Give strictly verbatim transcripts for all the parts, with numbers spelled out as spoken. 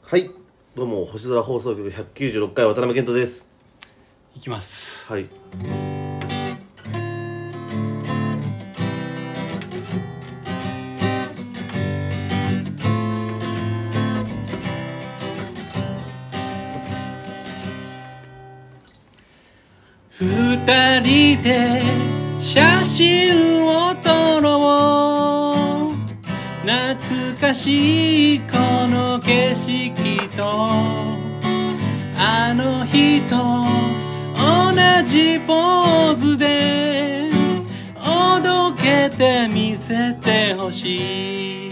はい、どうも星空放送局ひゃくきゅうじゅうろっかい渡辺健人です。 いきます。 はい。 二人で写真を撮ろう。懐かしいこの景色とあの日と同じポーズでおどけて見せてほしい。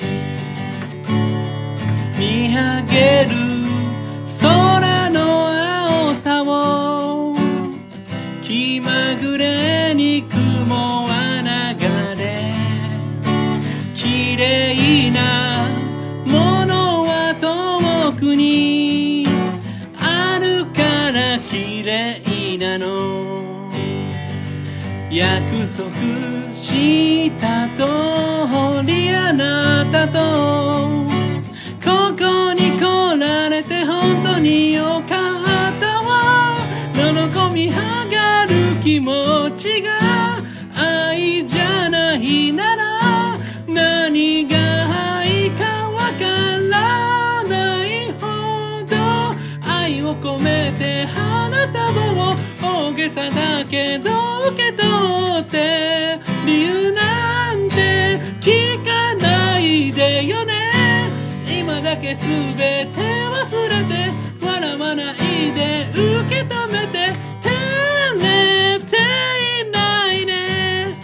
見上げる空の青さを気まぐれに雲は流れ、綺麗なものは遠くにあるから綺麗なの。約束した通りあなたとここに来られて本当によかったわ。ののこみはがる気持ちが愛じゃないなら何が愛かわからないほど愛を込めて花束を大げさだけど受け取って理由なんて聞かないでよね。今だけすべて忘れて笑わないで受け止めて照れていないね。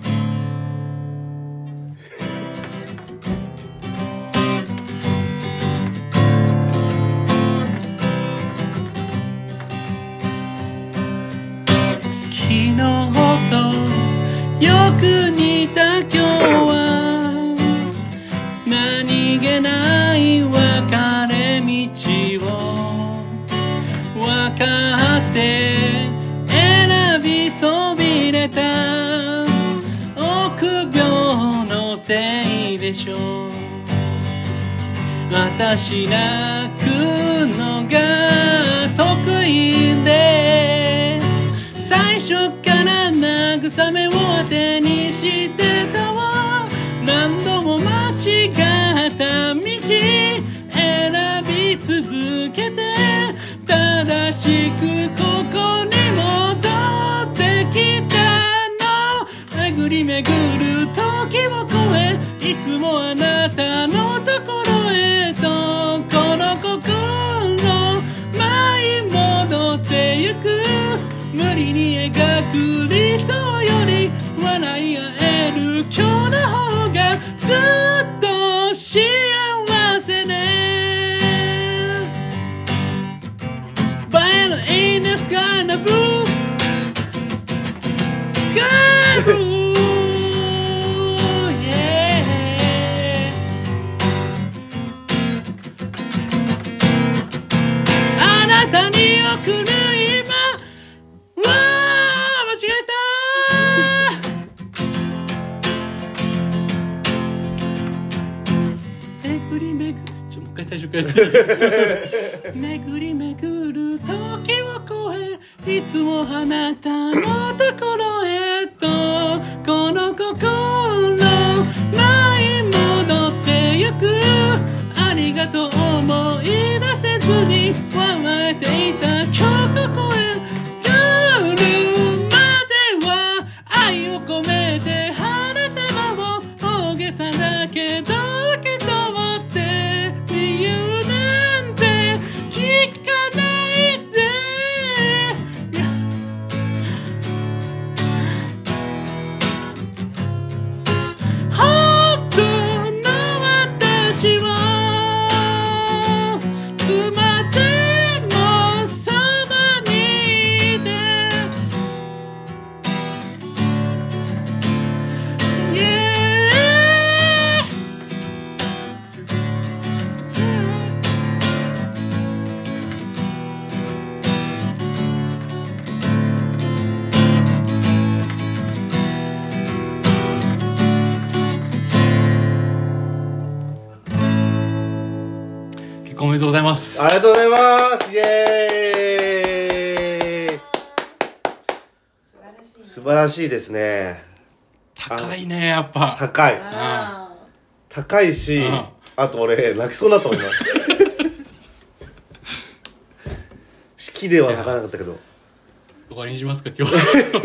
昨日とよく似た今日は何気ない分かれ道を分かって選びそびれた臆病のせいでしょう。私泣くのが得意で最初から慰めを当てにしてたわ。何度も間違った道選び続けて正しくここに戻ってきたの。巡り巡る時を超えいつもあなたのところへとこの心舞い戻ってゆく。無理に描く理想より笑い合える今日の方がずっと幸せね。But in the sky the blue sky blue yeah あなたに送る今わー間違えた巡り巡るちょもう一回最初から巡り巡る時を越えいつもあなたのところへとこの心舞い戻ってゆく。ありがとう思い出せずに甘えていた今日ここへ来るまでは愛を込めて花束を大げさだけど受け取って理由なんて聞かないで。本当の私は婚おめでとうございます。 ありがとうございます。イエーイ。素晴らしいですね。 高いね、やっぱ。 高い。 うん高いし、 うんあと俺泣きそうだと思います。式では泣かなかったけど。 終わりにしますか、今日。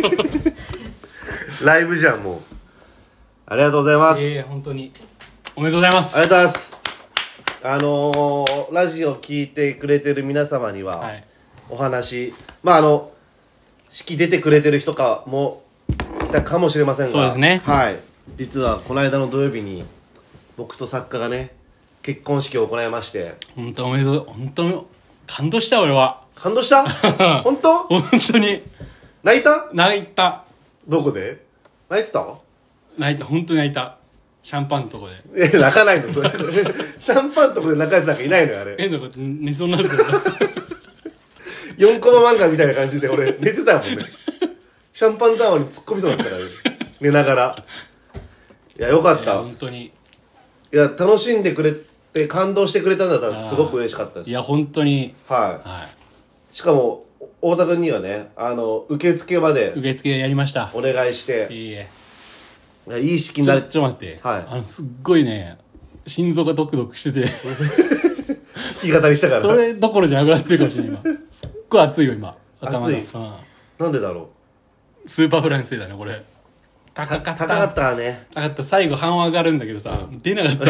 ライブじゃん、もう。ありがとうございます。 ええ、本当に。おめでとうございます。 ありがとうございます。あのー、ラジオ聞いてくれてる皆様には、はい、お話、まああの、式出てくれてる人かもいたかもしれませんが、 そうですね。 はい。実はこの間の土曜日に、僕と作家がね、結婚式を行いまして。 本当おめでとう。本当感動した俺は。 感動した本当本当に。 泣いた泣いた。 どこで泣いてた泣いた、本当に泣いた。シャンパンのとこで。 え、泣かないのシャンパンのとこで泣かれてなんかいないのよ、あれ。 え、なんか寝そうになるぞ。 よんコマ漫画みたいな感じで俺寝てたもんね。シャンパンタワーに突っ込みそうだったから、ね、寝ながら。いや、よかった。 本当に。 いや、楽しんでくれて、感動してくれたんだったらすごく嬉しかったです。 いや、本当に。 はい。はい、しかも、太田君にはね、あの、受付まで。 受付やりました。 お願いして。 いいえ。 いや、いい式になる。 ちょ、ちょっと待って。 はい。 あの、すっごいね、心臓がドクドクしてて。 弾き語りしたから。 それどころじゃなくなってるかもしれない、今。すっごい熱いよ、今。頭が。 熱い。うん。なんでだろう。スーパーフランス製だね、これ。高かった。 高かったね。 高かった。最後半上がるんだけどさ、うん、出なかった。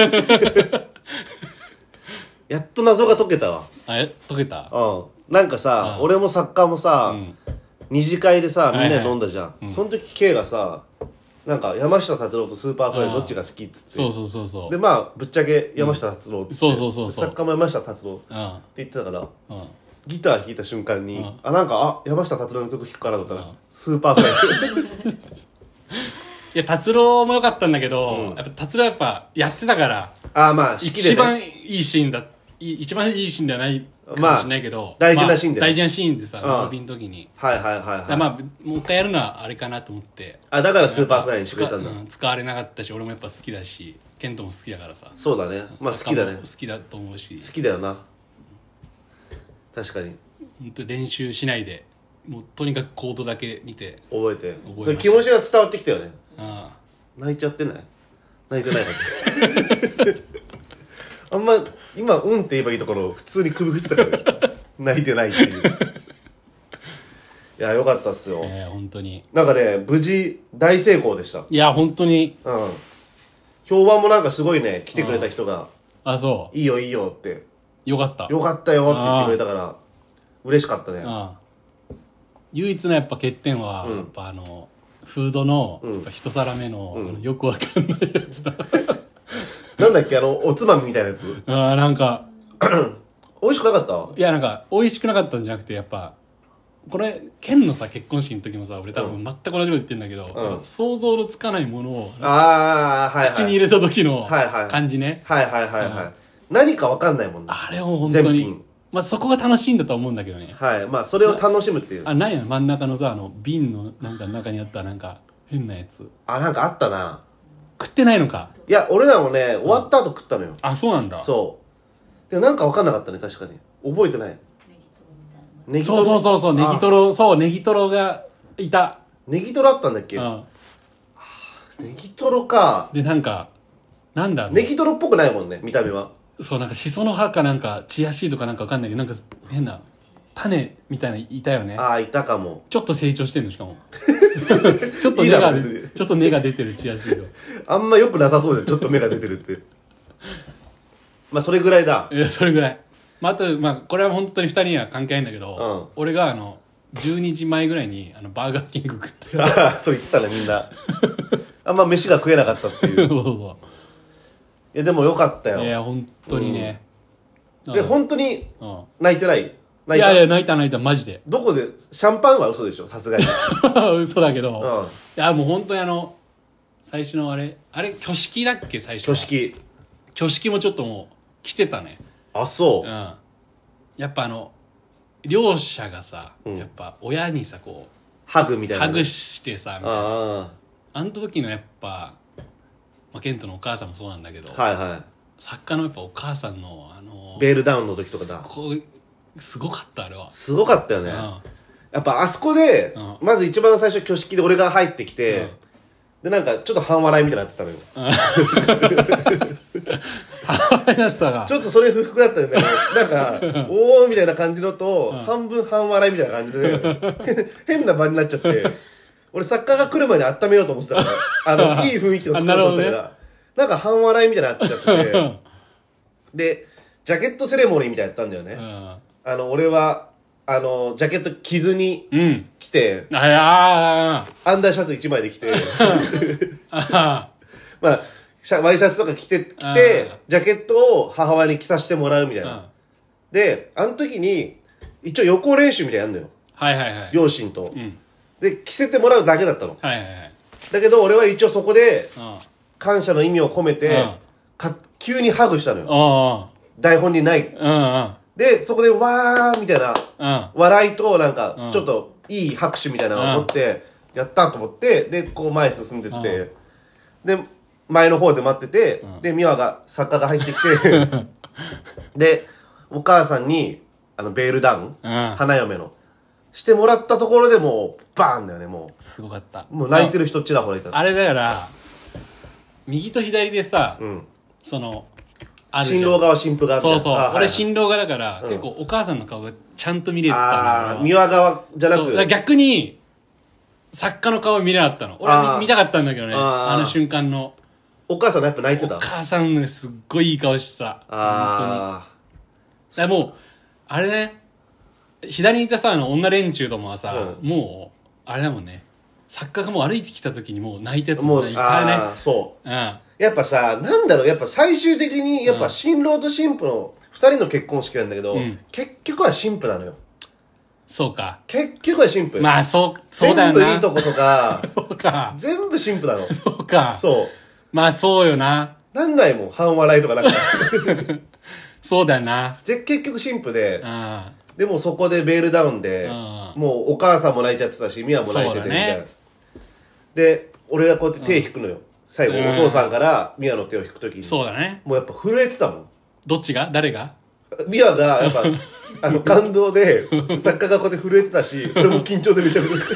やっと謎が解けたわ。 あれ解けた？ うん。なんかさ、俺も作家もさ、うん、二次会でさ、みんなで飲んだじゃん。はいはい、その時 K がさ、なんか山下達郎とスーパーフライどっちが好きっつって。 そうそうそうそう。 で、まあ、ぶっちゃけ山下達郎って、うん。 そうそうそうそう。 作家も山下達郎って言ってたから、うん、ギター弾いた瞬間に、うん、あ、なんか、あ、山下達郎の曲弾くかなと思ったら、うん、スーパーフライ。 いや、達郎も良かったんだけど、うん、やっぱ達郎やっぱやってたから、 ああ、まあ、式で、ね、 一番いいシーンだ、一番いいシーンではないかもしれないけど、まあ、 大事なシーンで、 まあ、大事なシーンでさ、ムービーの時に。 はいはいはいはい。 まあ、もう一回やるのはあれかなと思って。 あ、だからスーパーフライにしてくれたんだ。 うん、使われなかったし、俺もやっぱ好きだし、ケントも好きだからさ。 そうだね。まあ好きだね。 好きだと思うし。 好きだよな。確かに。 本当練習しないで、もうとにかくコードだけ見て。 覚えて。覚え気持ちが伝わってきたよね。 ああ。 泣いちゃってない泣いてないかってあんま今うんって言えばいいところ普通に首振ってたから泣いてないっていう。いやよかったっすよ。 ええー、本当になんかね無事大成功でした。 いや本当にうん評判もなんかすごいね来てくれた人があそういいよいいよってよかったよかったよって言ってくれたから嬉しかったね。 ああ唯一のやっぱ欠点は、うん、やっぱあのフードの、うん、やっぱ一皿目の、うん、よくわかんないやつなんだっけあのおつまみみたいなやつああなんか美味しくなかった？ いやなんか美味しくなかったんじゃなくてやっぱこれケンのさ結婚式の時もさ俺多分全く同じこと言ってんだけど、うん、想像のつかないものをあ、はいはい、 口に入れた時の感じねはいはいはいはい、はいはい、何かわかんないもんねあれも本当にまあそこが楽しいんだと思うんだけどね。 はい。まあそれを楽しむっていう。 あ、ないの真ん中のさ、あの、瓶のなんか中にあったなんか変なやつ。 あ、なんかあったな。 食ってないのか。 いや、俺らもね、終わった後食ったのよ。 あ、そうなんだ。 そう。でもなんか分かんなかったね、確かに。覚えてない。 ネギトロ。そうそうそうそう、ネギトロ、そう、ネギトロがいた。 ネギトロあったんだっけ？うん。ネギトロか。 で、なんか、なんだろう。 ネギトロっぽくないもんね、見た目は。 そうなんかシソの葉かなんかチアシードかなんかわかんないけどなんか変な種みたいないたよね。 ああいたかも。 ちょっと成長してんのしかもちょっと根がちょっと根が出てるチアシードあんま良くなさそうでちょっと芽が出てるってまあそれぐらいだ。 いやそれぐらい、まあ、あとまあこれは本当にふたりには関係ないんだけど、うん、俺があのじゅうにじまえぐらいにあのバーガーキング食ったああそう言ってたねみんなあんま飯が食えなかったっていうそうそういやでもよかったよ。 いや本当にね、 うん、で本当に泣いてない？泣いた？ いやいや泣いた泣いたマジで。 どこでシャンパンは嘘でしょさすがに嘘だけど、 うん、 いやもう本当にあの最初のあれあれ挙式だっけ最初挙式挙式もちょっともう来てたね。 あそう、 うん、やっぱあの両者がさ、うん、やっぱ親にさこうハグみたいな、 ね、ハグしてさみたいなああの時のやっぱまあ、ケントのお母さんもそうなんだけど、 はいはい、 作家のやっぱお母さんのあのベールダウンの時とかだすごいすごかったあれはすごかったよね、うん、やっぱあそこで、うん、まず一番最初挙式で俺が入ってきて、うん、でなんかちょっと半笑いみたいになってたのよ、 半笑いになってたがちょっとそれ不服だったよねなんかおーみたいな感じのと、うん、半分半笑いみたいな感じで変な場になっちゃって俺作家が来る前に温めようと思ってたからあのいい雰囲気を作ろうと思ったから、ね、なんか半笑いみたいになっちゃってでジャケットセレモニーみたいなやったんだよね、うん、あの俺はあのジャケット着ずに着て、うん、あアンダーシャツいちまいで着てまあワイシャツとか着て着てジャケットを母親に着させてもらうみたいなであの時に一応予行練習みたいなのやるのよ、はいはいはい、両親と、うん、で着せてもらうだけだったの、はいはいはい、だけど俺は一応そこで感謝の意味を込めてか急にハグしたのよ台本にない、うんうん、でそこでわーみたいな、うん、笑いとなんかちょっといい拍手みたいなのを持ってやったと思ってでこう前進んでって、うん、で前の方で待ってて、うん、で美和が作家が入ってきてでお母さんにあのベールダウン、うん、花嫁のしてもらったところでもうバーンだよねもうすごかったもう泣いてる人ちらほらいたあれだから右と左でさ、うん、そのある新郎側新婦側そうそう、俺新郎側だから、うん、結構お母さんの顔がちゃんと見れたのああ美和側じゃなく逆に作家の顔見れなかったの俺は 見, 見たかったんだけどね あ, あの瞬間のお母さんやっぱ泣いてたお母さんがすっごいいい顔してたあ本当にだもうあれね左にいたさあの女連中ともはさ、うん、もうあれだもんね作家がもう歩いてきた時にもう泣いたやつもいたねあそう、うん、やっぱさなんだろうやっぱ最終的にやっぱ新郎と新婦のふたりの結婚式なんだけど、うん、結局は新婦なのよそうか結局は新婦まあそうそうだよな全部いいとことかそうか全部新婦なのそうかそうまあそうよななんないもん半笑いとかなんかそうだよな結局新婦であでもそこでベールダウンでもうお母さんも泣いちゃってたし美和も泣いててみたいな、ね、で俺がこうやって手引くのよ、うん、最後お父さんから美和の手を引くときにそうだねもうやっぱ震えてたもんどっちが誰が美和がやっぱあの感動で作家がこうやって震えてたし俺も緊張でめちゃくちゃ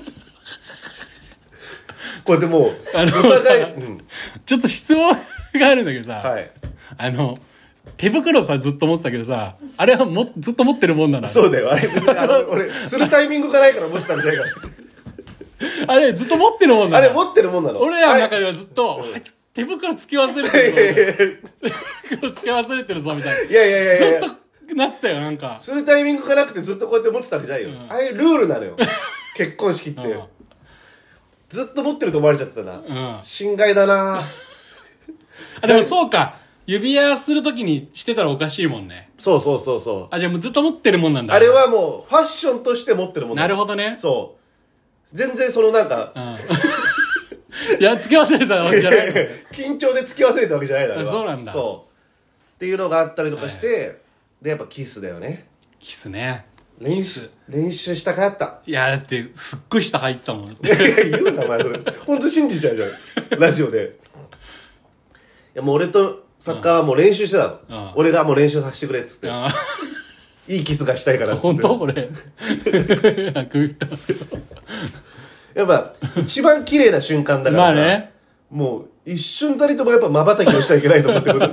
こうやってもうあのお互い、うん、ちょっと質問があるんだけどさ、はい、あの手袋さずっと持ってたけどさあれはもずっと持ってるもんなのそうだよあれ別にあの俺するタイミングがないから持ってたんじゃないからあれずっと持ってるもんなのあれ持ってるもんなの俺らの中ではずっと、はい、手袋つけ忘れてるぞ手袋つけ忘れてるぞみたいないやいやいやいやずっとなってたよなんかするタイミングがなくてずっとこうやって持ってたわけじゃないよ、うん、あれルールなのよ結婚式って、うん、ずっと持ってると思われちゃってたな、うん、心外だなあでもそうか指輪するときにしてたらおかしいもんねそうそうそうそうあじゃあもうずっと持ってるもんなんだあれはもうファッションとして持ってるもんなるほどねそう全然そのなんか、うん、 いやつけ忘れたわけじゃない緊張でつけ忘れたわけじゃないだろそうなんだそうっていうのがあったりとかして、はい、でやっぱキスだよねキスね練習練習したかったいやだってすっごい下入ってたもんいやいや言うなお前それ本当信じちゃうじゃんラジオでいやもう俺とサッカーはもう練習してたの、うん、俺がもう練習させてくれっつって、うん、いいキスがしたいからっつって本当俺首振ってますけどやっぱ一番綺麗な瞬間だからさ、まあね、もう一瞬たりともやっぱ瞬きをしちゃいけないと思ってくる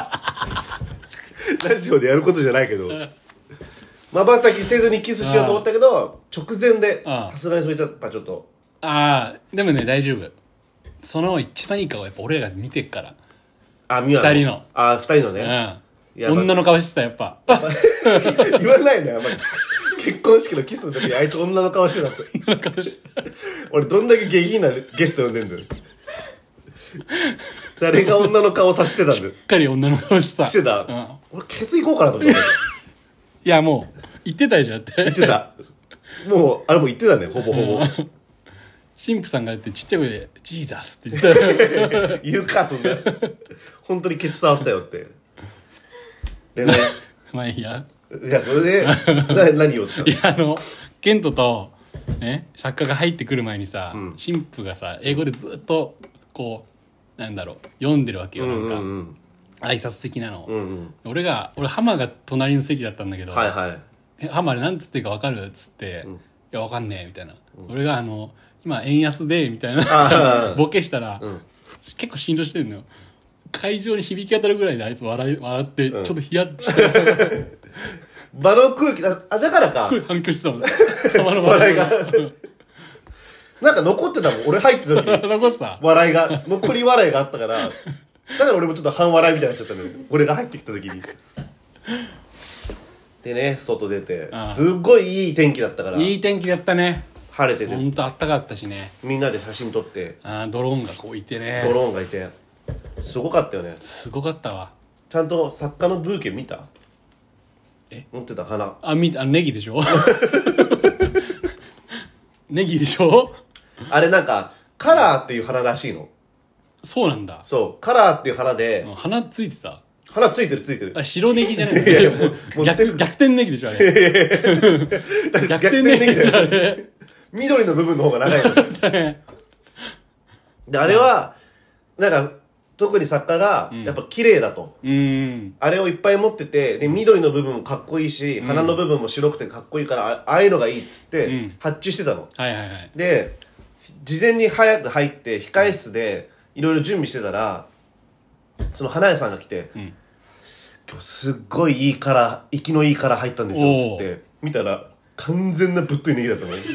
ラジオでやることじゃないけど瞬きせずにキスしようと思ったけど直前でさすがにそれやっぱちょっとああでもね大丈夫その一番いい顔はやっぱ俺らが見てっからあ二人のあ二人のね、 うん、女の顔してたやっぱ言わないのよ、まあ、結婚式のキスの時にあいつ女の顔してたって女の顔してた俺どんだけ下品なゲスト呼んでんだよ誰が女の顔させてたんだよしっかり女の顔してたしてた、うん、俺ケツ行こうかなと思っていやもう言ってたじゃんって言ってたもうあれも言ってたねほぼほぼ神父さんがやってちっちゃい声でジーザスって言ってた言うかそんな本当にケツ触ったよってでねまあいいやいやそれで何をしたのいやあのケントとね作家が入ってくる前にさ、うん、神父がさ英語でずっとこうなんだろう読んでるわけよなんか、うんうんうん、 挨拶的なの、 うんうん、 俺が俺ハマが隣の席だったんだけど、 はいはい、 えハマあれなんつってるか分かるっつって、うん、いや分かんねえみたいな、うん、俺があの今円安でみたいなボケしたら、うん、結構振動してるのよ。会場に響き当たるぐらいであいつ笑い笑ってちょっとヒヤッとして、 うん、場の空気だ、あだからかすっごい反響してたもんハマの笑いがなんか残ってたもん俺入ってた時残ってた笑いが残り笑いがあったからだから俺もちょっと半笑いみたいになっちゃったのよ俺が入ってきた時に。でね外出てすっごいいい天気だったから。 いい天気だったね。 晴れててほんとあったかかったしね。 みんなで写真撮って、 あドローンがこういてね。 ドローンがいてすごかったよね。 すごかったわ。 ちゃんと作家のブーケ見た？え持ってた花。 あ見た、ネギでしょネギでしょあれなんかカラーっていう花らしいの。そうなんだ。 そうカラーっていう花で、 うん、花ついてた。花ついてるついてる。 あ白ネギじゃないの。いやいやもう逆逆転ネギでしょあれ。逆転ネギでしょあれ。 緑の部分の方が長いの。であれはなんか特に作家がやっぱ綺麗だと、うん、あれをいっぱい持っててで緑の部分もかっこいいし、うん、花の部分も白くてかっこいいからああいうのがいいっつって、うん、発注してたの、 はいはいはい、 で事前に早く入って控え室でいろいろ準備してたらその花屋さんが来て、うん、今日すっごいいいカラー生きのいいカラー入ったんですよっつって見たら完全なぶっといネギだったのね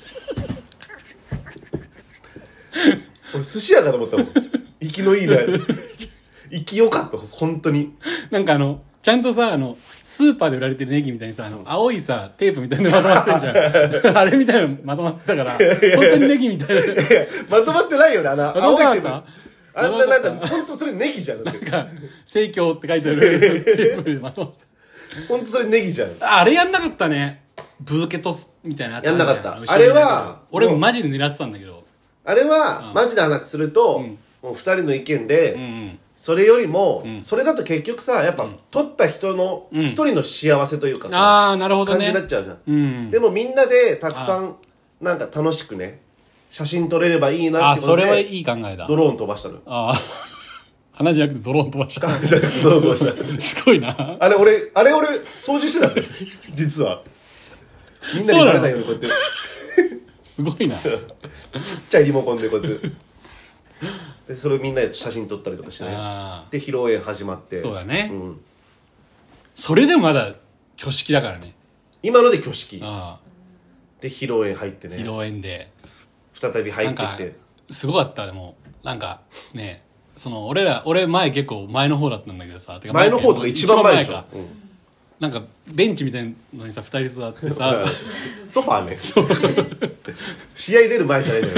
俺寿司屋かと思ったもん生きのいいな生きよかった本当に。 なんかあのちゃんとさあのスーパーで売られてるネギみたいにさあの青いさテープみたいなのまとまってんじゃんあれみたいなのまとまってたから本当にネギみたいな。いやまとまってないよねあの青いテープ。あんななんか本当それネギじゃん。 なんか生協って書いてあるテープでまとまって本当それネギじゃん。 あれやんなかったね。ブーケトスみたいなやつやんなかった。あれは俺もマジで狙ってたんだけどあれは、うん、マジで話すると、うん、もうふたりの意見で、うんうん、それよりも、うん、それだと結局さやっぱ、うん、撮った人の一、うん、人の幸せというかさ、 あーなるほどね、 感じになっちゃうじゃん、 うん、 でもみんなでたくさんなんか楽しくね写真撮れればいいなってことで、 あそれはいい考えだ。 ドローン飛ばしたの。 ああ花じゃなくてドローン飛ばした。 花じゃなくてドローン飛ばしたすごいな。 あれ俺あれ俺掃除してたんだよ実はみんなにバレないようにこうやってすごいなちっちゃいリモコンでこうやってでそれをみんなで写真撮ったりとかしてね。で披露宴始まって。 そうだね、うん、それでもまだ挙式だからね今ので挙式。 あで披露宴入ってね。 披露宴で再び入ってきてすごかった。でもなんかねその俺ら俺前結構前の方だったんだけどさ、 てか前の方とか一番前でしょ。か、うん、 なんかベンチみたいのにさふたり座ってさソファーね試合出る前じゃないんだよ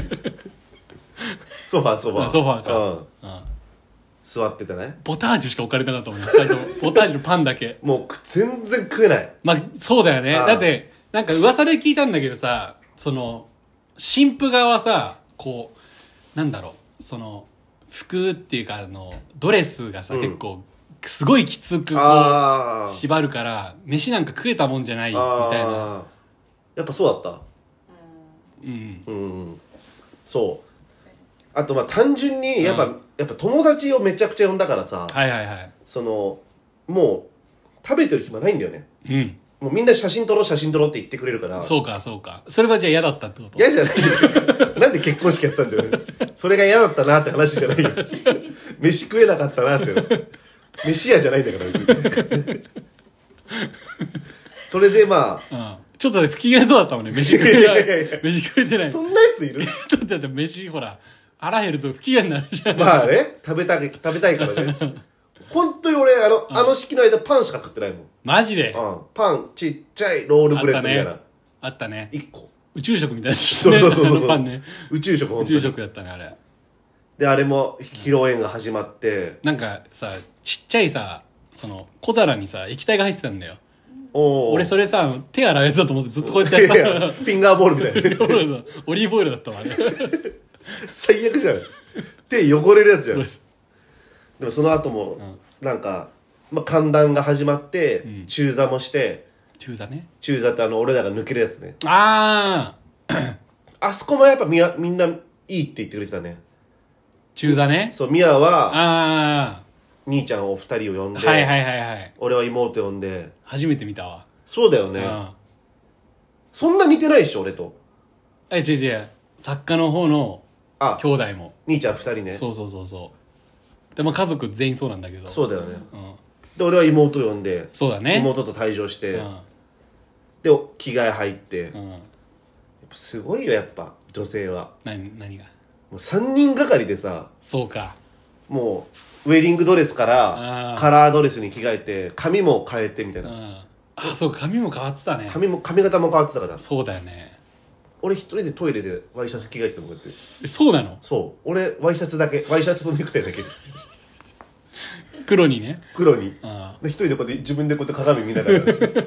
ソファーソファーソファーか、うんうん、座ってたね。 ポタージュしか置かれなかったもんねふたりともポタージュのパンだけもう全然食えない。 まあそうだよね。だってなんか噂で聞いたんだけどさその新婦側はさこうなんだろうその服っていうかあのドレスがさ、うん、結構すごいきつくこう縛るから飯なんか食えたもんじゃないみたいな。 やっぱそうだった。 うん、 うん、そうあとまあ単純にやっぱ、うん、やっぱ友達をめちゃくちゃ呼んだからさ、 はいはいはい、そのもう食べてる暇ないんだよね。 うんもうみんな写真撮ろう写真撮ろうって言ってくれるから。 そうかそうか。それはじゃあ嫌だったってこと？ 嫌じゃないよなんで結婚式やったんだよそれが嫌だったなって話じゃないよ飯食えなかったなって飯屋じゃないんだからそれでまあ、 うん、ちょっと不機嫌そうだったもんね。飯食えない飯食えてない。 そんなやついるちょっとだって飯ほら腹減ると不機嫌になるじゃん。 まあね食べたい食べたいからね本当に俺あの、うん、あの式の間パンしか食ってないもん。 マジで？ うん。パンちっちゃいロールブレッドみたいな。 あったね。 いっこ。 宇宙食みたいなやつ、 ね。そうそうそうそう。 パンね。 宇宙食本当に。宇宙食だったねあれ。 であれも披露宴が始まって、 なんかさちっちゃいさその小皿にさ液体が入ってたんだよ。 お俺それさ手洗うやつだと思ってずっとこうやってやったらフィンガーボールみたいな。 オリーブオイルだったわね。 最悪じゃん。手汚れるやつじゃん。でもその後も、うん、なんか、まあ、寒暖が始まって、うん、中座もして中座ね。 中座ってあの俺らが抜けるやつね。 あああそこもやっぱみみんないいって言ってくれてたね。 中座ね。 そうミヤはあ兄ちゃんお二人を呼んで、 はいはいはいはい。 俺は妹呼んで。 初めて見たわ。 そうだよね。うん、そんな似てないでしょ俺と。 え、違う違う。作家の方の兄弟も。 兄ちゃん二人ね。 そうそうそうそう。でも家族全員そうなんだけど。 そうだよね。うん、で俺は妹呼んで。 そうだね。 妹と退場して。うん、で着替え入って。うん、やっぱすごいよやっぱ女性は。 何何が。 もうさんにんがかりでさ。 そうか。 もうウェディングドレスからカラードレスに着替えて髪も変えてみたいな。 ああ、そうか、髪も変わってたね。 髪も髪型も変わってたから。 そうだよね。 俺一人でトイレでワイシャツ着替えてたもんこうやって。 え、そうなの？ そう。俺ワイシャツだけ、ワイシャツとネクタイだけ。 黒にね。 黒に。ああで一人でこうやって自分でこうやって鏡見ながら。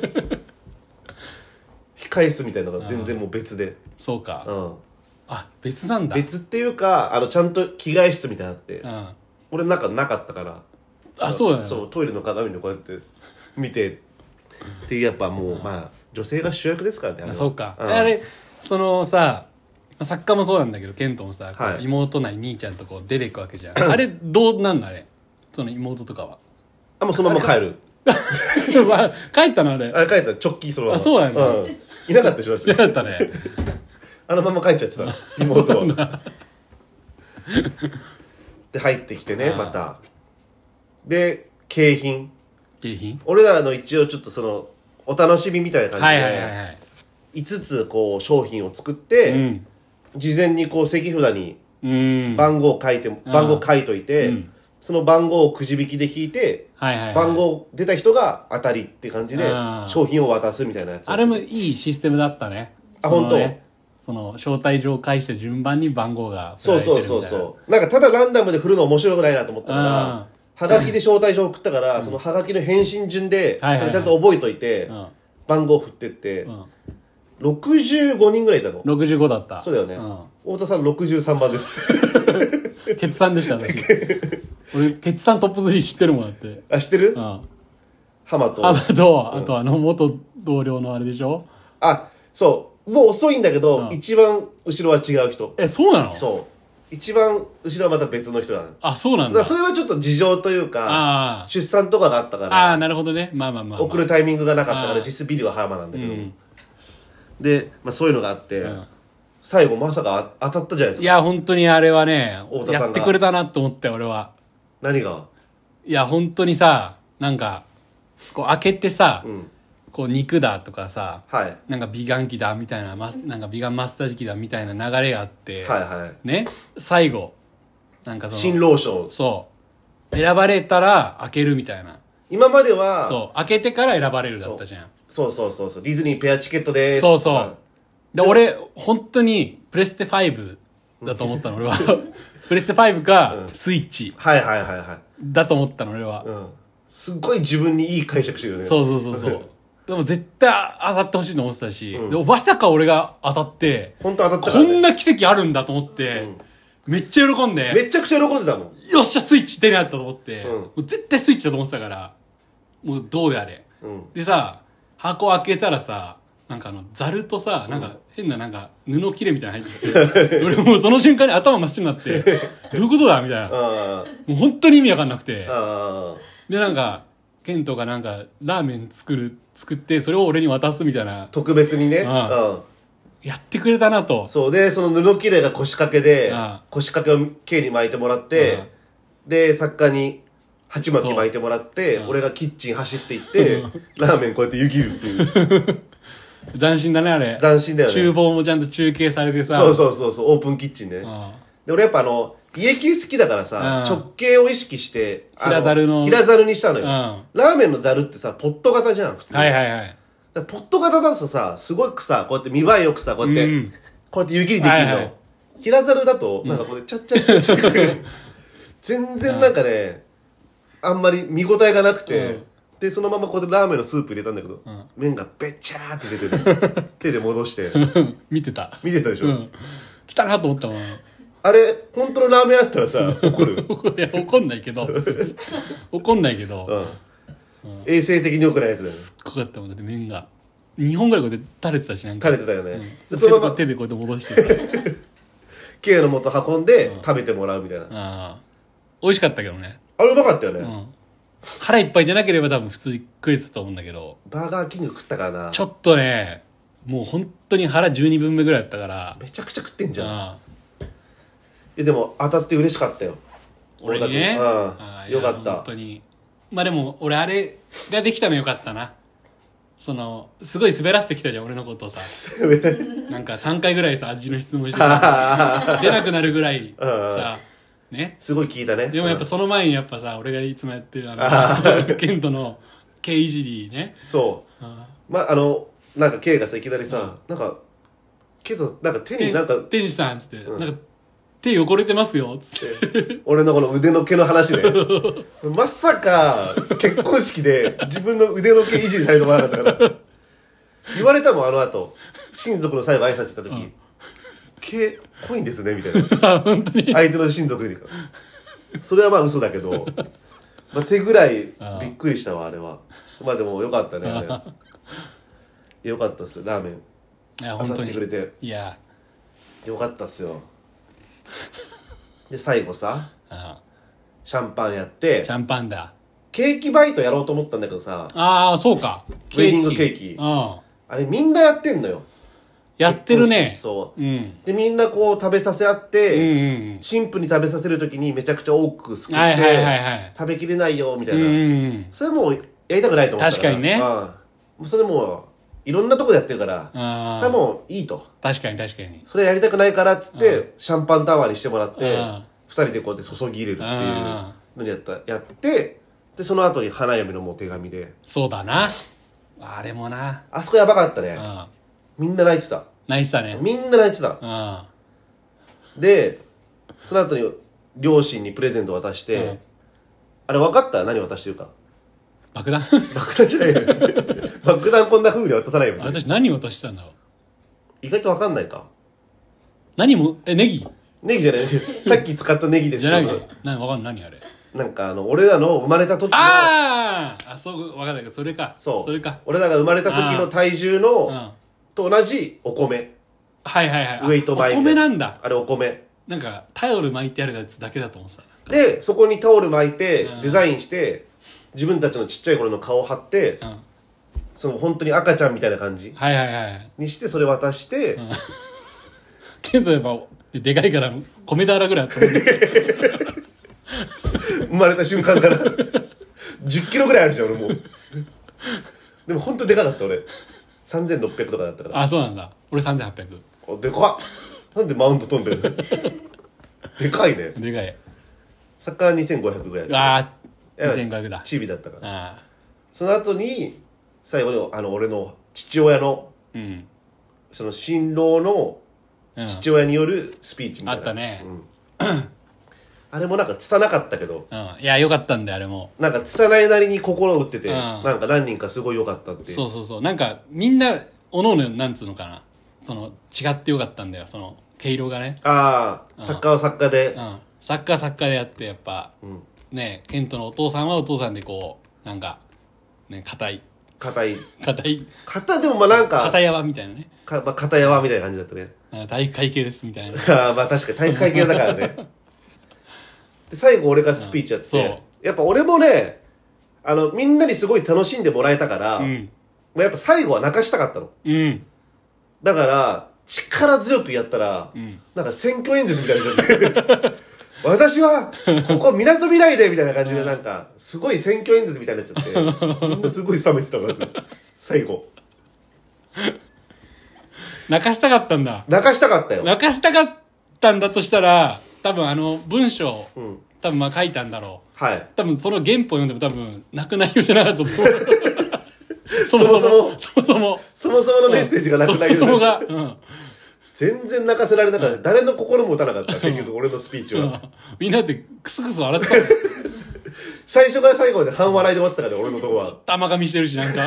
控室みたいなのが全然もう別で。 そうか。 うん。 あ、別なんだ。 別っていうか、あのちゃんと着替え室みたいなのあって。うん。俺なんかなかったから。 あ、そうだね。 そう、トイレの鏡でこうやって見てっていうやっぱもう、うん、まあ女性が主役ですからね。 あ、そうか。うん、あれそのさ、作家もそうなんだけどケントもさ、はい、妹なり兄ちゃんとこう出ていくわけじゃん。あれどうなんのあれ？その妹とかは。 あ、もうそのまま帰る。 帰ったのあれ。 あれ帰った直帰そのまま。 あ、そうなんだ。 うん、いなかったでしょ。 いなかったね。 あのまま帰っちゃってた妹は。で入ってきてねまた。で景品景品俺らの一応ちょっとそのお楽しみみたいな感じで、 はいはいはいはい、 いつつこう商品を作って、うん、事前にこう席札に番号を書いて、うん、番号書いといて、うん、その番号をくじ引きで引いて、はいはいはい、番号出た人が当たりって感じで商品を渡すみたいなやつ。 あれもいいシステムだったね。 あ、本当。 その招待状を返して順番に番号が振られてるみたいな。そうそうそうそう。なんかただランダムで振るの面白くないなと思ったから、はがきで招待状を送ったから、うん、そのはがきの返信順で、それちゃんと覚えといて、うん、番号振ってって、うん、ろくじゅうごにんぐらいいたの。 ろくじゅうごだった。 そうだよね。うん、太田さんろくじゅうさんばんです。 ケツさんでした、私。俺、ケツさんトップスリー知ってるもんだって。 あ、知ってる？うん。ハマと。 ハマと、あとあの元同僚のあれでしょ？ あ、そう。もう遅いんだけど、うん、一番後ろは違う人。 え、そうなの？ そう。一番後ろはまた別の人なの。 あ、そうなんだ。 だからそれはちょっと事情というか、出産とかがあったから。 ああ、なるほどね。まあまあまあ、まあ。 送るタイミングがなかったから、実質ビリはハーマなんだけど。うん、で、まあそういうのがあって、うん、最後まさか当たったじゃないですか。 いや、本当にあれはね、やってくれたなと思って俺は。 何が？ いや、本当にさ、なんか、こう開けてさ、うん、こう肉だとかさ、はい、なんか美顔器だみたいな、なんか美顔マッサージ機だみたいな流れがあって、はいはい、ね、最後、なんかその、 新ローション。 そう。選ばれたら開けるみたいな。 今までは、 そう、開けてから選ばれるだったじゃん。 そうそうそうそう、ディズニーペアチケットでーす。 そうそう。で、俺、本当に、プレステファイブだと思ったの、俺は。プレステファイブか、うん、スイッチ。 はいはいはいはい。 だと思ったの、俺は。うん。 すっごい自分にいい解釈してるよね。 そうそうそうそう。でも絶対当たってほしいと思ってたし、うん、でもまさか俺が当たって、 本当当たったから、ね、 こんな奇跡あるんだと思って、うん、めっちゃ喜んで。 めちゃくちゃ喜んでたもん。 よっしゃ、スイッチ手にあったと思って、うん、もう絶対スイッチだと思ってたから、もうどうであれ。うん、でさ、箱開けたらさ、なんかあの、ザルとさ、なんか変ななんか布切れみたいなの入ってて、俺もうその瞬間に頭真っ白になって、どういうことだみたいな。もう本当に意味わかんなくて。で、なんか、ケントがなんか、ラーメン作る、作って、それを俺に渡すみたいな。 特別にね。うん。 やってくれたなと。 そう。で、その布切れが腰掛けで、腰掛けをKに巻いてもらって、で、作家に鉢巻き巻いてもらって、俺がキッチン走っていって、ラーメンこうやって湯切るっていう。 斬新だね、あれ。 斬新だよね。 厨房もちゃんと中継されてさ。 そうそうそうそう、オープンキッチンね。で、俺やっぱあの、家系好きだからさ、直径を意識して、 平ざるの。 平ざるにしたのよ。ラーメンのざるってさ、ポット型じゃん、普通。 はいはいはい。 ポット型だとさ、すごくさ、こうやって見栄えよくさ、こうやって、うん、こうやって湯切りできるの。はいはい、平ざるだと、なんかこれ、ちゃっちゃっちゃっちゃっ全然なんかね、あんまり見応えがなくて、うん、で、そのままこうやってラーメンのスープ入れたんだけど、うん、麺がべっちゃーって出てる。手で戻して。 見てた。 見てたでしょ。うん、 来たなと思ったもん。 あれ、本当のラーメンあったらさ、怒るいや、怒んないけど、怒んないけど、 うんうん、衛生的に良くないやつだよね。 すっごかったもんだって麺が。にほんぐらいこうやって垂れてたし、なんか。 垂れてたよね。 うん、そのまま手でこうやって戻してた。 ケイの元運んで食べてもらうみたいな。うん、 ああ。美味しかったけどね。 あれうまかったよね、 うん、腹いっぱいじゃなければ多分普通に食えてたと思うんだけど、 バーガーキング食ったからな。 ちょっとねもう本当に腹じゅうにぶんめぐらいだったから。 めちゃくちゃ食ってんじゃん。 あえでも当たって嬉しかったよ俺にね。 ああよかった。 本当にまあでも俺あれができたのよかったな。そのすごい滑らせてきたじゃん俺のことをさなんかさんかいぐらいさ味の質問してさ出なくなるぐらいさね、 すごい聞いたね。 でもやっぱその前にやっぱさ俺がいつもやってるあのケントのKいじりね。 そうまああのなんか K がさいきなりさ、うん、なんかけどなんか手になんか天使さんっつって、うん、なんか手汚れてますよっつって俺のこの腕の毛の話でまさか結婚式で自分の腕の毛いじりされてもらなかったから言われたもんあの後親族の最後挨拶した時、うん、毛濃いんですねみたいな本当に相手の親族にそれはまあ嘘だけど、まあ、手ぐらいびっくりしたわあれは。まあでもよかったねあれよかったっすラーメン。 いや本当に当たってくれていやよかったっすよで最後さああシャンパンやってシャンパンだケーキバイトやろうと思ったんだけどさ。 ああそうかウェディングケーキ、うん、あれみんなやってんのよ。 やってるね。 そう、 うん、 でみんなこう食べさせ合って、 うんうんうん、 新婦に食べさせるときにめちゃくちゃ多くすくって、 はいはいはいはい、 食べきれないよみたいな、 うんうん、 それもうやりたくないと思ったから。 確かにね、 うん、それもういろんなとこでやってるからそれはもういいと。 確かに確かにそれやりたくないからっつってシャンパンタワーにしてもらってふたりでこうやって注ぎ入れるっていうのにやったやってでその後に花嫁のもう手紙で。 そうだなあれもなあそこやばかったね。みんな泣いてた。 泣いてたね。 みんな泣いてた。でその後に両親にプレゼント渡して、うん、あれ分かった何渡してるか。 爆弾爆弾じゃないよ爆弾こんな風に渡さないよ。 私何渡したんだろう。 意外と分かんないか。 何もえネギネギじゃないさっき使ったネギですけど。 じゃない何分かんない何あれ。 なんかあの俺らの生まれた時のああそう分かんないけどそれか。 そうそれか。 俺らが生まれた時の体重のと同じお米。 はいはいはい。 ウェイト米。 お米なんだ。 あれお米。 なんかタオル巻いてあるやつだけだと思ってた。 でそこにタオル巻いてデザインして、うん、自分たちのちっちゃい頃の顔を貼って、うん、その本当に赤ちゃんみたいな感じ。 はいはいはい。 にしてそれ渡して。うん、 けどやっぱでかいから米俵ぐらいあったもんね。 生まれた瞬間からじゅっキロぐらいあるじゃん俺もう。でも本当にでかかった俺。さんぜんろっぴゃくとかだったから。 あそうなんだ。俺さんぜんはっぴゃく。 でかっ。なんでマウント飛んでるのでかいね。 でかい。 サッカーにせんごひゃくぐらいだった。 ああにせんごひゃくだ。 チビだったから。 あその後に最後にあの俺の父親の、うん、その新郎の父親によるスピーチみたいな、うん、 あったね、 うん、あれもなんか拙かったけど、 うん、いやよかったんだよあれも。 なんか拙いなりに心を打ってて、うん、なんか何人かすごいよかったって。 そうそうそうなんかみんなおのおのなんつうのかなその違ってよかったんだよその毛色がね。 ああ、うん、サッカーはサッカーで、 うん、サッカーはサッカーでやってやっぱ、うん、ねケントのお父さんはお父さんでこうなんかね硬い硬い硬い硬でもまあなんか硬やわみたいなねか、まあ、硬やわみたいな感じだったね。 体育会系ですみたいなあまあ確かに体育会系だからねで最後俺がスピーチやって、うん、やっぱ俺もねあのみんなにすごい楽しんでもらえたから、うん、やっぱ最後は泣かしたかったの、うん、だから力強くやったら、うん、なんか選挙演説みたいになっちゃって私はここ港未来でみたいな感じでなんかすごい選挙演説みたいになっちゃってみんなすごい冷めてたから最後泣かしたかったんだ。 泣かしたかったよ。 泣かしたかったんだとしたら多分あの文章、うん、多分まあ書いたんだろう。はい。多分その原本読んでも多分泣く内容じゃなかったと思うそもそもそもそもそもそもそものメッセージが泣く内容じゃなかった。そもそもが、うん全然泣かせられなかった、うん、誰の心も打たなかった結局俺のスピーチは、うん、 みんなってクスクス笑ってた最初から最後まで半笑いで終わってたから俺のとこはずっと甘噛みしてるしなんか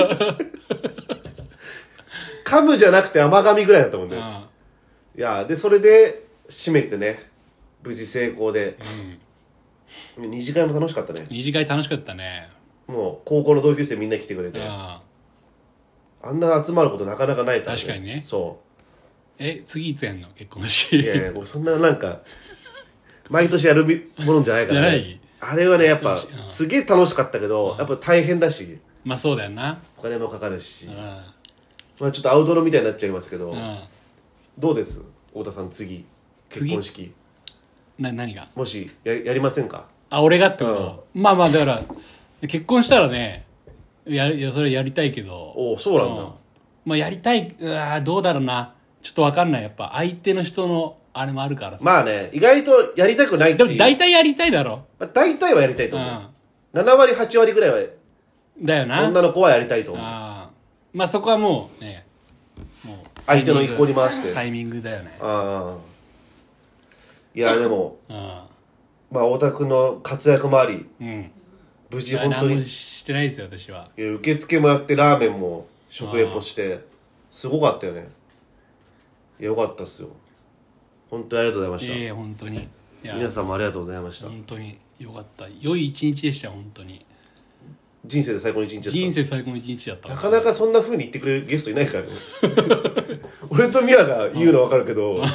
噛むじゃなくて甘噛みぐらいだったもんね、うん、いやでそれで締めてね無事成功で、うん、二次会も楽しかったね。 二次会楽しかったね。 もう高校の同級生みんな来てくれて、うん、あんな集まることなかなかないからね。 確かにね。 そうえ、次いつやんの結婚式。 いやいや、もうそんななんか、毎年やるものじゃないからね。じゃないあれはねやっぱうんすげえ楽しかったけど、やっぱ大変だしまあそうだよな。 お金もかかるし、 うん。 まあちょっとアウトロみたいになっちゃいますけど、 うん。 どうです太田さん次結婚式な、何がもし や, やりませんか？ あ、俺がってこと、まあまあ、だから、結婚したらね、や、いや、それやりたいけど。 おお、そうなんだ。 うん、まあやりたい、うわどうだろうな。ちょっとわかんない。やっぱ相手の人のあれもあるからさ。 まあね、意外とやりたくないっていう。 でも大体やりたいだろ。 まあ、大体はやりたいと思う。 うん、 なな割、はち割ぐらいは、 だよな。 女の子はやりたいと思う。 あまあそこはもうね、もう相手の一向に回して。 タイミングだよね。 ああ。いや、でも、 うん、 まあ、太田君の活躍もあり、 うん。 無事本当に。 何もしてないですよ、私は。 いや受付もやって、ラーメンも食レポして、すごかったよね。いや、よかったっすよ。本当にありがとうございました。 ええー、本当に。いや皆さんもありがとうございました。 本当によかった。良い一日でしたよ、本当に。 人生で最高の一日だった。 人生最高の一日だった。 なかなかそんな風に言ってくれるゲストいないからね。俺とミヤが言うのは分かるけど。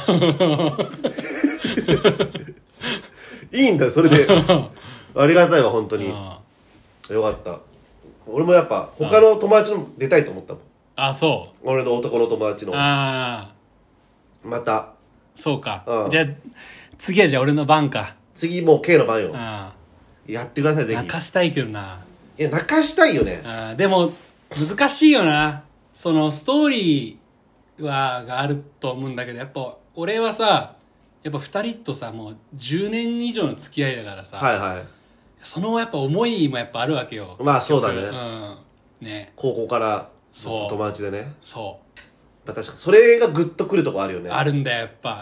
いいんだ、それで。ありがたいわ、本当に。よかった。俺もやっぱ、他の友達の出たいと思ったもん。 あ、そう。 俺の男の友達の。 ああ。 また。 そうか。じゃあ、次はじゃあ俺の番か。 次もう K の番よ。 あやってください、ぜひ。 泣かしたいけどな。 いや、泣かしたいよね。 あでも、難しいよな。その、ストーリーは、があると思うんだけど、やっぱ、俺はさ、やっぱ二人とさ、もうじゅうねん以上の付き合いだからさ。 はいはい。 そのやっぱ思いもやっぱあるわけよ。 まあそうだね。 うん。ね。 高校からずっと友達でね。 そう。 まあ確かそれがグッとくるとこあるよね。 あるんだよ、やっぱ。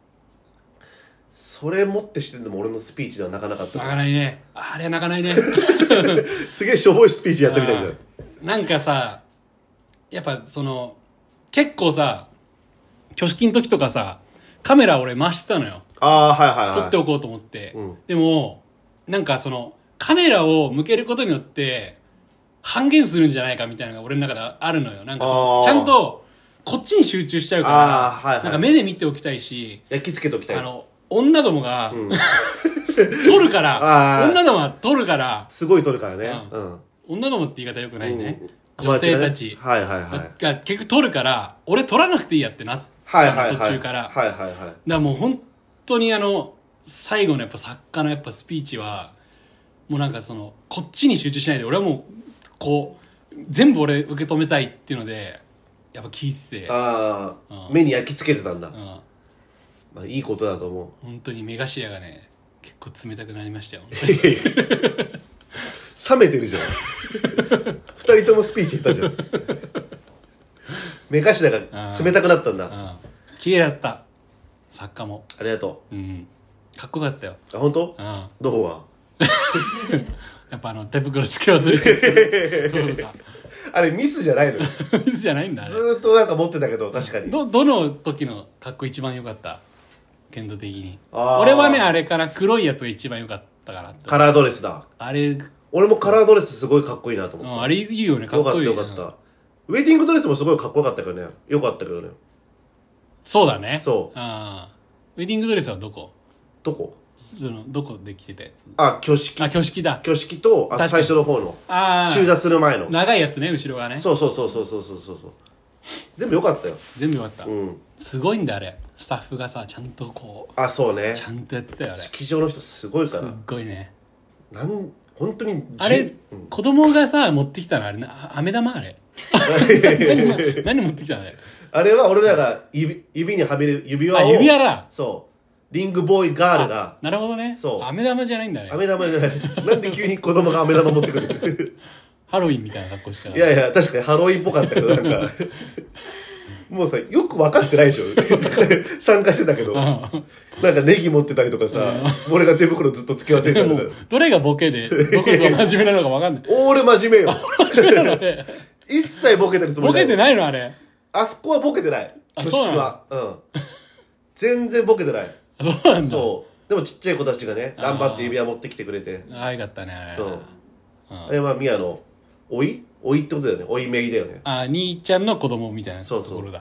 それ持ってしてんのも俺のスピーチでは泣かなかった。 泣かないね。あれは泣かないね。 すげえしょぼいスピーチやったみたいじゃん。 なんかさ、やっぱその、結構さ、挙式の時とかさ、カメラ俺回してたのよ。 ああ、はいはいはい。 撮っておこうと思って。 うん、 でも、なんかその、カメラを向けることによって、半減するんじゃないかみたいなのが俺の中であるのよ。なんかその、ちゃんと、こっちに集中しちゃうから、はいはい、なんか目で見ておきたいし、 焼き付けておきたい。 あの、女どもが、うん、撮るから、女どもは撮るから、 すごい撮るからね。うん。 女どもって言い方よくないね。うん、女性たち、ね。 はいはいはい。 が結局撮るから、俺撮らなくていいやってなった。 はいはいはい。 途中から。 はいはいはい。だからもう本当にあの、最後のやっぱ作家のやっぱスピーチは、もうなんかその、こっちに集中しないで、俺はもう、こう、全部俺受け止めたいっていうので、やっぱ聞いてて。ああ、うん、目に焼き付けてたんだ。うん。まあいいことだと思う。 本当に目頭がね、結構冷たくなりましたよ。 冷めてるじゃん。二人ともスピーチ言ったじゃん。目頭が冷たくなったんだ。 綺麗だった。作家も。 ありがとう。うん。かっこよかったよ。 あ、本当？うん。どこはやっぱあの、手袋つけ忘れてる。 あれミスじゃないのよ。 ミスじゃないんだ。 ずーっとなんか持ってたけど、確かに。 ど、どの時のかっこ一番良かった？剣道的に。俺はね、あれから黒いやつが一番良かったかな。 カラードレスだ。 あれ。 俺もカラードレスすごいかっこいいなと思った。 うん、あれいいよね、かっこいい。 よかったよかった。ウェディングドレスもすごいかっこよかったけどね。よかったけどね。 そうだね。 そう。 あウェディングドレスはどこ？ どこ？ その、どこで着てたやつ？ あ、挙式。 あ、挙式だ。 挙式と、あ、最初の方の。 ああ。 中座する前の。 長いやつね、後ろがね。 そうそうそうそうそうそうそう。全部よかったよ。 全部よかった。 うん。 すごいんだ、あれ。スタッフがさ、ちゃんとこう。 あ、そうね。 ちゃんとやってたよ、あれ。 式場の人すごいから。 すっごいね。 なん、本当に。 あれ、うん、子供がさ、持ってきたのあれな、飴玉あれ。何, 何持ってきたのあれ。 あれは俺らが指、指にはめる指輪を。 あ、指輪だ。 そう。リングボーイガールが。 なるほどね。そう。飴玉じゃないんだね。 飴玉じゃない。なんで急に子供が飴玉持ってくるハロウィンみたいな格好してた。 いやいや、確かにハロウィンっぽかったけど、なんか。もうさ、よく分かってないでしょ参加してたけど。なんかネギ持ってたりとかさ、俺が手袋ずっと付け忘れてたりとか。 どれがボケで、どこが真面目なのか分かんない。 俺真面目よ。 俺真面目なのね。 一切ボケてるつもりない。 ボケてないのあれ。 あそこはボケてない。 あ、そうなの？ は。うん。全然ボケてない。 そうなんだ。 そう。でもちっちゃい子たちがね、頑張って指輪持ってきてくれて。 ああ、よかったね、あれ。 そう。あれはミヤの、おいおいってことだよね。おいめいだよね。 ああ、兄ちゃんの子供みたいなところだ。そうそう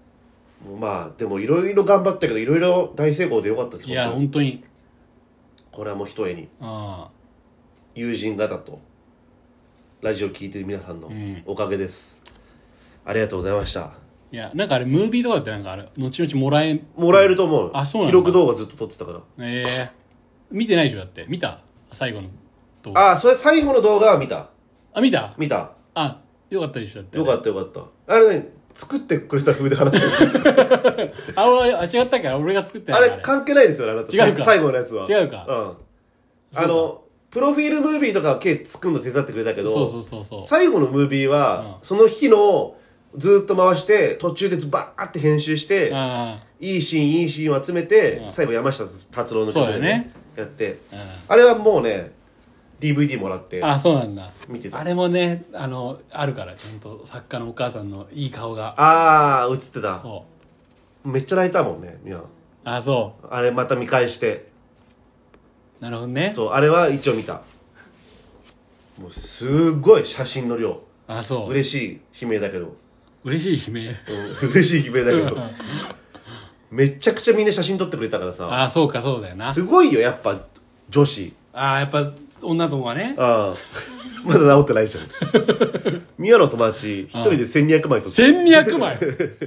まあ、でもいろいろ頑張ったけど、いろいろ大成功でよかったです。 いや、本当に。 これはもう一重にあ友人方とラジオ聞いてる皆さんのおかげです、うん、ありがとうございました。 いやなんかあれムービーとかってなんかあれ後々もらえもらえると思う。 あそうなんだ。 記録動画ずっと撮ってたから。 ええー、見てないでしょだって。見た最後の動画。 ああそれ最後の動画は見た。 あ見た見た。 あよかったでしょだって。 よかったよかったあれね作ってくれた風で話してるあ俺あ違ったっけ俺が作ってないあれ関係ないですよあなた。 違うか最後のやつは違うか。 うんあのプロフィールムービーとかはケイ作るの手伝ってくれたけどそうそうそうそう最後のムービーは、うん、その日のずっと回して途中でバーって編集していいシーンいいシーンを集めて最後山下達郎の曲で、ね、やって、あれはもうね ディーブイディー もらってあそうなんだ見てた。 あれもねあのあるからちゃんと作家のお母さんのいい顔がああ映ってた。 そうめっちゃ泣いたもんねみんな。 あそうあれまた見返してなるほどね。 そうあれは一応見た。もうすごい写真の量。 あそう嬉しい悲鳴だけど嬉しい悲鳴、 うん、嬉しい悲鳴だけどめちゃくちゃみんな写真撮ってくれたからさ。 あそうかそうだよな。 すごいよやっぱ女子。 あやっぱ女友がね。 ああまだ治ってないじゃん宮の友達一人でせんにひゃくまい撮ってせんにひゃくまい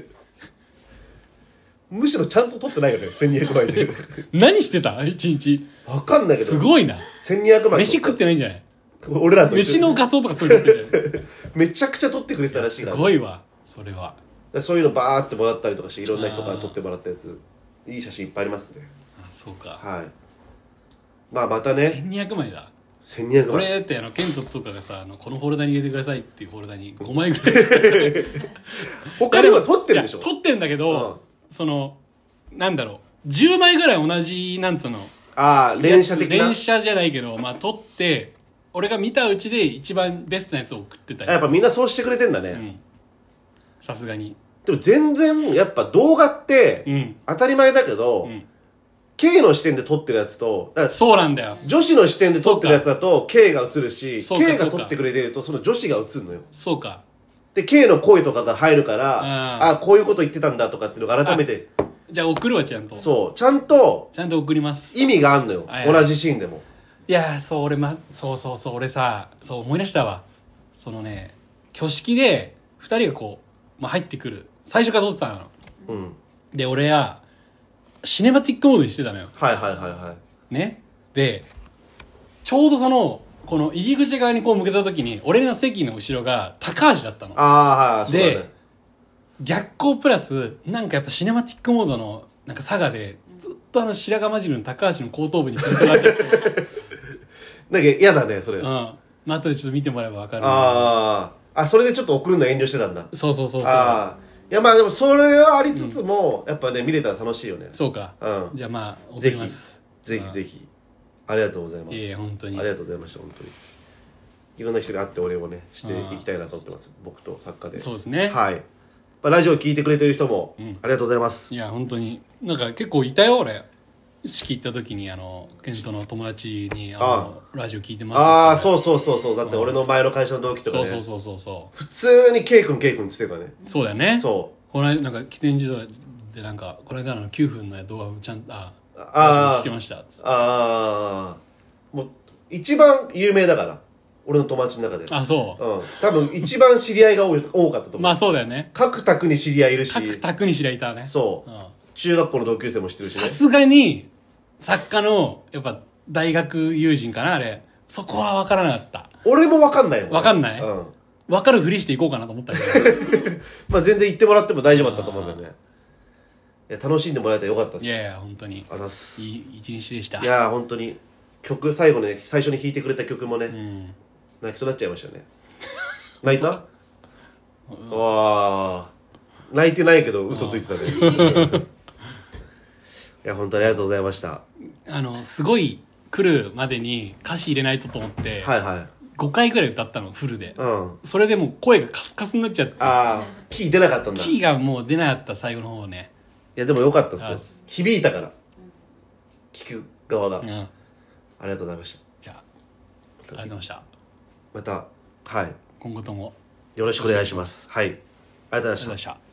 むしろちゃんと撮ってないよねせんにひゃくまいで何してた一日。 分かんないけどすごいな。 せんにひゃくまい飯食ってないんじゃない。 俺らと飯の画像とかそういうの撮ってるじゃんめちゃくちゃ撮ってくれてたらしいから。 すごいわそれは。 そういうのバーってもらったりとかしていろんな人から撮ってもらったやついい写真いっぱいありますね。 あそうか。 はいまあまたねせんにひゃくまいだ。 せんにひゃくまい俺ってあのケントとかがさあのこのフォルダに入れてくださいっていうフォルダにごまいぐらい他には撮ってるでしょ。 撮ってんだけど、 うん、 そのなんだろうじゅうまいぐらい同じなんつうのああ連写的な連写じゃないけどまあ撮って俺が見たうちで一番ベストなやつを送ってたり。 やっぱみんなそうしてくれてんだね。 さすがに。 でも全然やっぱ動画って当たり前だけど、うん、K の視点で撮ってるやつとそうなんだよ。 女子の視点で撮ってるやつだと K が映るし K が撮ってくれてるとその女子が映るのよ。 そうか。 で K の声とかが入るからああこういうこと言ってたんだとかっていうのが改めてじゃあ送るわちゃんと。 そうちゃんとちゃんと送ります。 意味があんのよ同じシーンでも。 いやそう俺まそうそうそう俺さそう思い出したわ。そのね挙式でふたりがこう、まあ、入ってくる最初から撮ってたの、うん、で俺はシネマティックモードにしてたのよ。 はいはいはいはいね。でちょうどそのこの入り口側にこう向けた時に俺の席の後ろが高橋だったの。 ああはいそうだね。 で逆光プラスなんかやっぱシネマティックモードのなんか差がでずっとあの白髪混じりの高橋の後頭部にピントがあっちゃってなんか嫌だねそれ。うんまあ後でちょっと見てもらえば分かる。 ああそれでちょっと送るの遠慮してたんだ。 そうそうそうそう。 ああいやまあでもそれはありつつも、うん、やっぱね見れたら楽しいよね。 そうか、うん、じゃあまあ送ります。 ぜひぜひぜひありがとうございます。 いえ本当にありがとうございました。本当にいろんな人に会ってお礼をねしていきたいなと思ってます。僕と作家で。 そうですね。 はい。ラジオ聞いてくれてる人も、うん、ありがとうございます。 いや本当になんか結構いたよ俺式行った時にあのケントの友達にあのラジオ聞いてますって。 ああそうそうそうそうだって俺の前の会社の同期とかねそうそうそうそう普通にケイ君ケイ君って言ってたね。 そうだよね。 そうこの間なんか喫煙所でなんかこの間のきゅうふんの動画をちゃんとああ聞きましたっつって。 ああもう一番有名だから俺の友達の中で。 あそう、 うん、多分一番知り合いが多い多かったと思う。 まあそうだよね。 各宅に知り合いいるし各宅に知り合いいたね。 そう、うん、中学校の同級生も知ってるしね。 さすがに作家のやっぱ大学友人かなあれそこは分からなかった。 俺も分かんないもん。 分かんない、うん、分かるふりしていこうかなと思ったけどまあ全然言ってもらっても大丈夫だったと思うんだよね。いや楽しんでもらえたらよかったです。 いやいや本当にあざっす。 いい一日でした。 いや本当に曲最後ね最初に弾いてくれた曲もね、うん、泣きそうになっちゃいましたね。泣いた？うん、わー泣いてないけど嘘ついてたね。いや本当にありがとうございました。 あのすごい来るまでに歌詞入れないとと思って、 はいはい、 ごかいぐらい歌ったのフルで、 うん、 それでもう声がカスカスになっちゃって。 ああキー出なかったんだ。 キーがもう出なかった最後の方ね。 いやでもよかったですよ。響いたから聞く側が、うん、ありがとうございました。 じゃあありがとうございました。 またはい今後ともよろしくお願いします。はいありがとうございました。